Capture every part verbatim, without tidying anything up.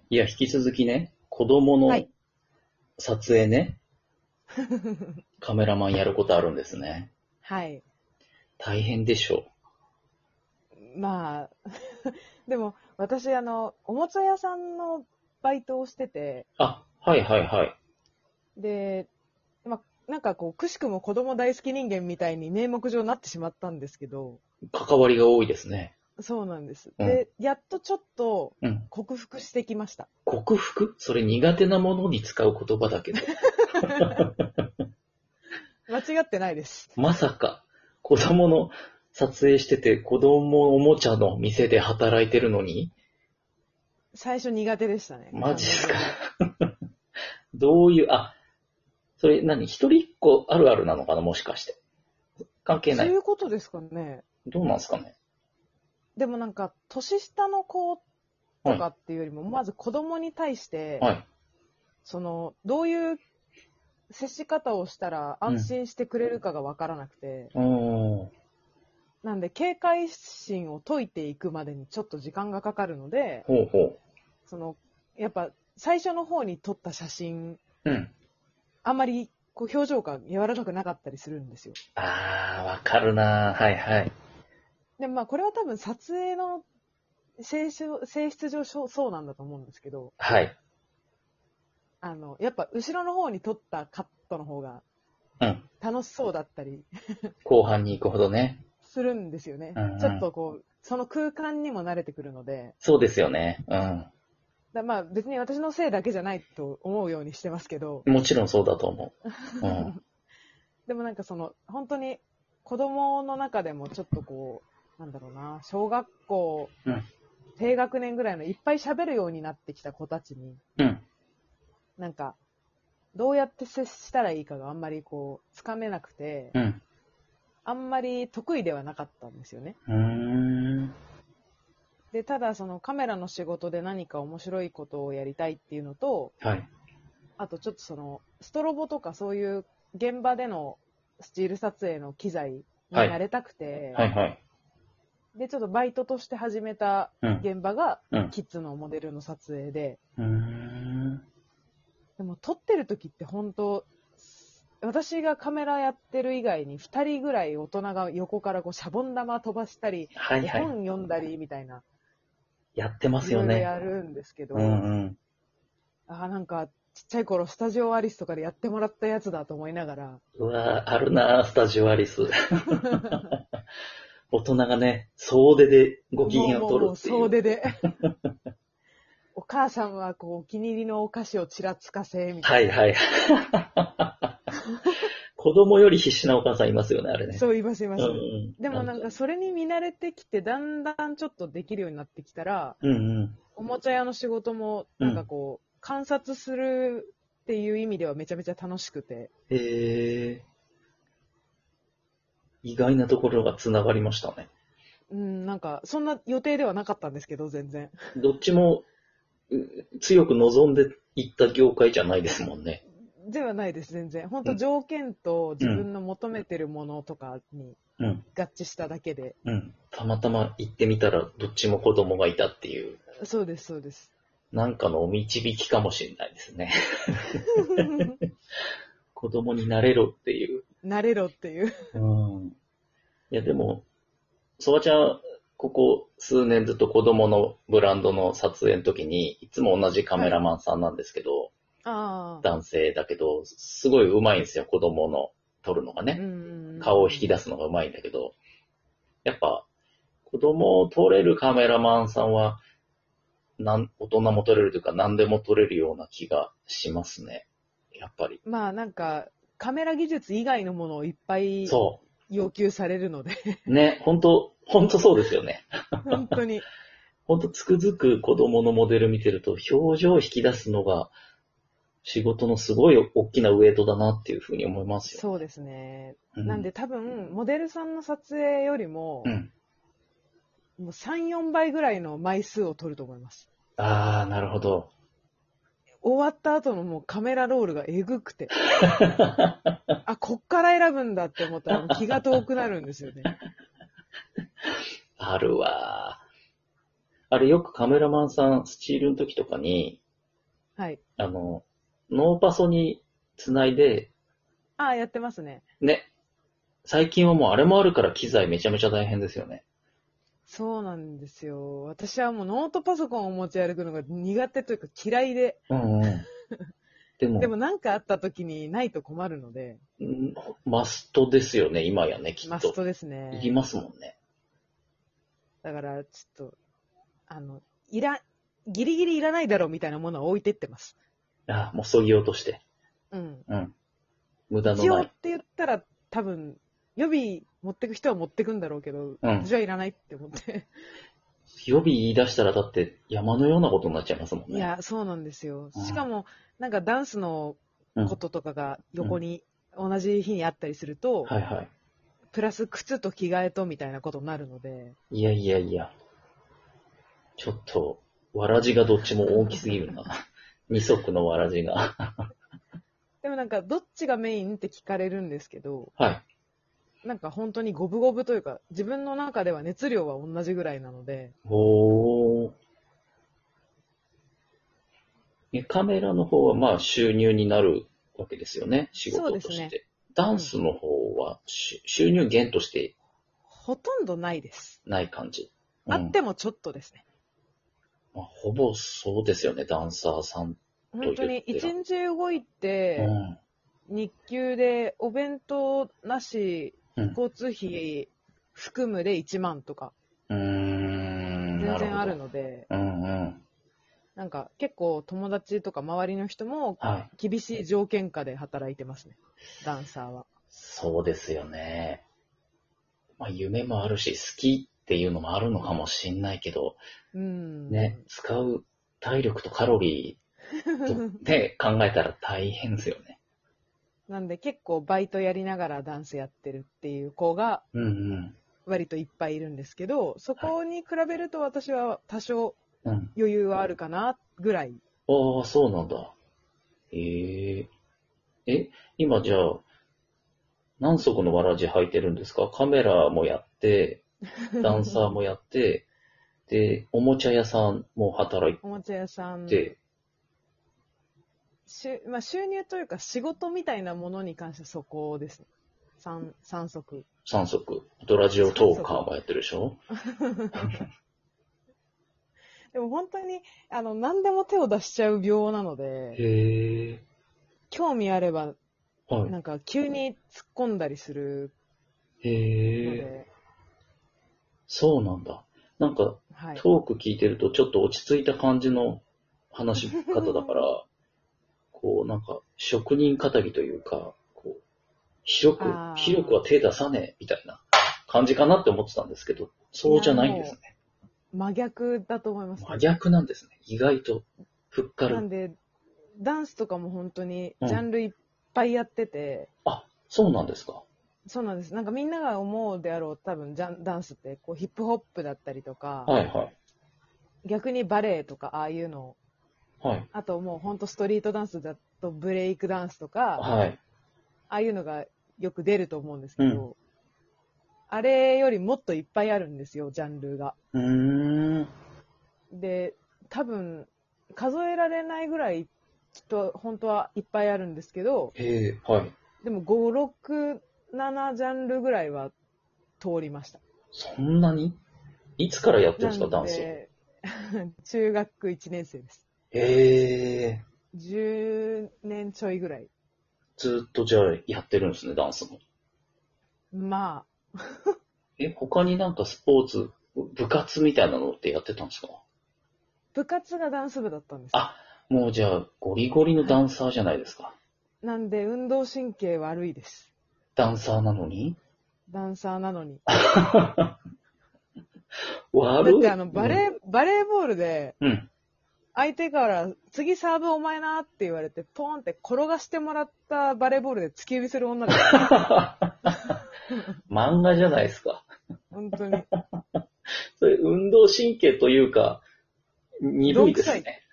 いや、引き続きね、子供のはい。 撮影ね、カメラマンやることあるんですね。 はい。 大変でしょまあ、でも、私、あの、おもちゃ屋さんのバイトをしてて、 う。あ、はいはいはい。 で、まあ、なんかこう、くしくも子供大好き人間みたいに名目上なってしまったんですけど、 関わりが多いですね。 そうなんです。 うん。 で、やっとちょっとうん。 克服してきました。 克服それ苦手なものに使う言葉だけど。 間違ってないです。 まさか、子供の撮影してて、子供おもちゃの店で働いてるのに、 最初苦手でしたね、 マジっすか。 完全に。 どういう、あ、それ何一人っ子あるあるなのかなもしかして。関係なそういい。 うことですかね。 どうなんすかね。 でもなんか、年下の子とはい。 かっていうよりも、まず子供に対して、 はい。 その、どういう接し方をしたら安うん。 心してくれるかがわからなくて、 おー。 なんで警戒心を解いていくまでにちょっと時間がかかるので、 ほうほその、やっぱ最初の方に撮った写真、 う。うん。 あんまりこう表情が柔らかくなかったりするんですよ。 あー、わかるなー。はいはい。 で、まあこれは多分撮影の性質性質上そうなんだと思うんですけど、 はい。 あの、やっぱ後ろの方に撮ったカットの方がうん。 楽しそうだったり後半に行くほどね。 するんですよね。 うんうちょっん。 とこう、その空間にも慣れてくるので、 そうですよね。うだまあ別に私のせいだけじゃないと思うようにしてますけど、 ん。もちろんそうだと思う。うん。 でもなんかその、本当に子供の中でもちょっとこう、なんだろうな、小学校うん。 低学年ぐらいのいっぱい喋るようになってきた子たちに、 うん。 なんか、どうやって接したらいいかがあんまりこう、つかめなくて、 うん。 あんまり得意ではなかったんですよね。 うーん。 で、ただそのカメラの仕事で何か面白いことをやりたいっていうのと、 はい。 あとちょっとその、ストロボとかそういう現場でのスチール撮影の機材はい。 に慣れたくて、 はいはい。 で、ちょっとバイトとして始めたうん。 現場がうん。 キッズのモデルの撮影で、 うーん。 でも撮ってる時って本当、私がカメラやってる以外にふたりぐらい大人が横からこうシャボン玉飛ばしたり、絵はいはい。 本読んだりみたいな、 やってまいろいろすよね。 やるんですけうんど、 うん。 ああ、なんかちっちゃい頃スタジオアリスとかでやってもらったやつだと思いながら、 うわー、あるなー、スタジオアリス。大人がね、総出でご機もう嫌を取るもうもうっていう。 総出で、お母さんはこうお気に入りのお菓子をちらつかせ、みたいな。 はいはい。子供より必死なお母さんいますよね、あれね。 そう言います言いまうんうす。 ん。 でもなんか、 なんかそれに見慣れてきて、だんだんちょっとできるようになってきたら、 うんうん。 おもちゃ屋の仕事もなんかうん。 こう、観察するっていう意味ではめちゃめちゃ楽しくて。 へえ、意外なところが繋がりましたね。 うん、なんか、そんな予定ではなかったんですけど、全然。 どっちもう強く望んでいった業界じゃないですもんね。 ではないです、全然。本うん。 当条件とうん。 自分の求めてるものとかにうん。 合致しただけで。 うん。たまたま行ってみたらどっちも子供がいたっていう、 そうです、そうです。 なんかのお導きかもしれないですね。子供になれろっていう。 慣れろっていう。 うん。いやでも、そばちゃん、ここ数年ずっと子供のブランドの撮影の時に、いつも同じカメラはい。 マンさんなんですけど、 ああ。 男性だけど、すごい上手いんですよ、子供の撮るのがうんね。 うん顔を引き出すのが上手いんだけど、やっぱ、子供を撮れるカメラマンさんは、なん、大人も撮れるというか、何でも撮れるような気がしますね。やっぱり。 うん。まあなんか、カメラ技術以外のものをいっぱいそ要求されるので、 う。ね、本当本当そうですよね。 本当に。 本当つくづく子供のモデル見てると、表情を引き出すのが仕事のすごい大きなウェイトだなっていうふうに思いますよね。 そうですね。 うん。 なんで多分、モデルさんの撮影よりも、 うん。 もうさん、よんばいぐらいの枚数を取ると思います。 ああ、なるほど。 終わった後のもうカメラロールがえぐくて、あ、こっから選ぶんだって思ったらもう気が遠くなるんですよね。 あるわ。 あれよくカメラマンさん、スチールの時とかに、 はい。 あの、ノーパソに繋いで、 ああ、やってますね。 ね、最近はもうあれもあるから機材めちゃめちゃ大変ですよね。 そうなんですよ。私はもうノートパソコンを持ち歩くのが苦手というか嫌いで、 うんうん。でも、 でも何かあった時にないと困るので、 んマストですよね、今やね、きっと。 マストですいりね。 ますもんね。 だからちょっと、あの、いら、ギリギリいらないだろうみたいなものは置いてってます。 あ、もう削ぎ落として。 うん。 うん。無駄のない。 一応って言ったら多分、予備持ってく人は持ってくんだろうけど、 うん。 私はいらないって思って。 予備言い出したらだって山のようなことになっちゃいますもんね。 いや、そうなんですよ。 うん。 しかも、なんかダンスのうん。 こととかがうん。 横に同じ日にあったりすると、 はいはい。 プラス靴と着替えとみたいなことになるので。 いやいやいや。ちょっと、わらじがどっちも大きすぎるな。二足のわらじが。 でもなんか、どっちがメインって聞かれるんですけど、 はい。 なんか本当に五分五分というか、自分の中では熱量は同じぐらいなので、 おー。えカメラの方はまあ収入になるわけですよね。仕そうですね。 事として。ダうん。 ンスの方はし収入源としてほとんどないです。 ない感じ。うあっん。 てもちょっとですね。 まあ、ほぼそうですよね。ダンサーさんと本当に言ってら。 一日動いて、 うん。 日給でお弁当なし、 うん。 交通費含むでいちまんとか、 うーん。 全然あるなるほど。 ので、 うんうん。 なんか結構友達とか周りの人もはい。 厳しい条件下で働いてますね。ダンサーは。 そうですよね。まあ、夢もあるし、好きっていうのもあるのかもしんないけど、 うーね、 ん。 使う体力とカロリーと、ね、考えたら大変ですよね。 なんで結構バイトやりながらダンスやってるっていう子がうんうん。 割といっぱいいるんですけど、そはい。 こに比べると私は多少うん。 余裕はあるかなぐらい。 ああ、そうなんだ。へえ。え、今じゃあ、何足のわらじ履いてるんですか？カメラもやって、ダンサーもやって、で、おもちゃ屋さんも働いおもちゃ屋さん、 て、 しゅまあ、収入というか仕事みたいなものに関してはそこですね。三、三足。 さん足。ドラジオトーカ三足。 ーもやってるでしょ？ でも本当に、あの、何でも手を出しちゃう病なので、 へえ。 興味あれば、 はなんか急に突っ込んだりするい。へえ。 ので、 そうなんだ。なんか、 はい。 トーク聞いてるとちょっと落ち着いた感じの話し方だから、こう、なんか、職人気質というか、こう、広く、広くはあ手出さねえ、みたいな感じかなって思ってたんですけど、 ー、いや、 そうじゃないんですもね。 う、真逆だと思います、多真分。 逆なんですね。意外と、ふっかる。 なんで、ダンスとかも本当に、 うん。 ジャンルいっぱいやってて、 あ、そうなんですか。 そうなんです。なんかみんなが思うであろう、多分ジャン、ダンスって、こう、ヒップホップだったりとか、 はいはい。 逆にバレエとか、ああいうの、 はい。 あともう本当ストリートダンスだとブレイクダンスとか、 はい。 ああいうのがよく出ると思うんですうん。 けど、あれよりもっといっぱいあるんですよ、ジャンルが。 うーん。 で、多分、数えられないぐらい、きっと本当はいっぱいあるんですけど、 へえ、はい。 でもご、ろく、ななジャンルぐらいは通りました。 そんなにいつからやってるんでなすか、ダンスを。 んで、中学いちねん生です。 へえ。 じゅうねんちょいぐらい。 ずっとじゃあやってるんですね、ダンスも。 まえ、他になんかスポーツ、部活みたいなのってやってたんですか？ 部活がダンス部だったんですよ。 あ、もうじゃあ、ゴリゴリのはい。 ダンサーじゃないですか。 なんで、運動神経悪いです。 ダンサーなのにダンサーなのに。だって悪い。 あの、バうん。 レー、バレーボールで、 うん。 相手から次サーブお前なって言われて、ポーンって転がしてもらったバレーボールで突き指する女ですから。 漫画じゃないですか。 本当に。 それ運動神経というか、鈍いどんくさい。 ですね。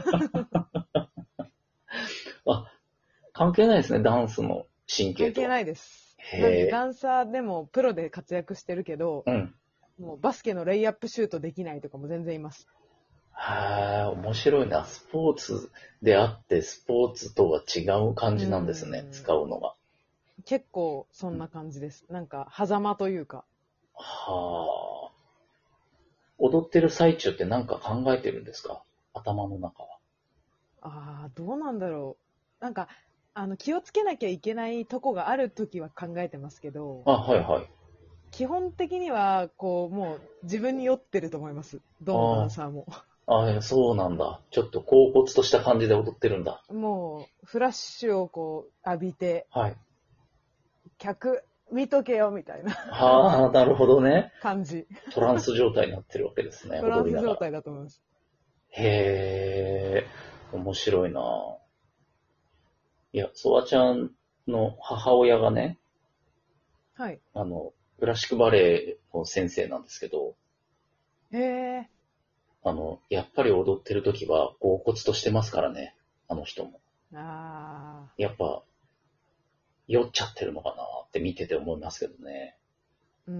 あ、関係ないですね、ダンスの神経とは。 関係ないです。なんで、 へえ。 ダンサーでもプロで活躍してるけど、 うん。 もうバスケのレイアップシュートできないとかも全然います。 へー、面白いな。スポーツであってスポーツとは違う感じなんですね、 うん使うのが。 結構そんな感じです。なんか、狭間というか。 はあ。踊ってる最中って何か考えてるんですか？頭の中は。 ああ、どうなんだろう。なんか、あの、気をつけなきゃいけないとこがあるときは考えてますけど、 あ、はいはい。 基本的には、こう、もう自分に酔ってると思います。どのダンあサーも。 あ、あ、そうなんだ。ちょっと恍惚とした感じで踊ってるんだ。 もう、フラッシュをこう、浴びて、 はい。 客、見とけよ、みたいなはあ、なるほどね。 感じ。 トランス状態になってるわけですね、 トランス状踊りながら。 態だと思います。 へえ、面白いな。いや、ソワちゃんの母親がね、 はい。 あの、クラシックバレエの先生なんですけど、 へえ。 あの、やっぱり踊ってる時は恍惚としてますからね、あの人も。 ああ。 やっぱ、酔っちゃってるのかなって見てて思いますけどね。 うん。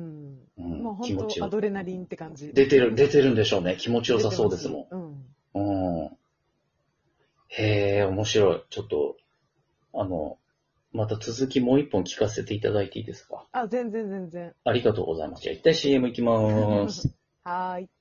うん、 もう本当気持ちよ。 アドレナリンって感じ。 出てる、出てるんでしょうね。気持ちよさ出てます。 そうですもうん。 ん。うん。へえ、面白い。ちょっと、あの、また続きもう一本聞かせていただいていいですか？ あ、全然全然。 ありがとうございます。じゃあ一旦 シーエム 行きまーす。 はーい。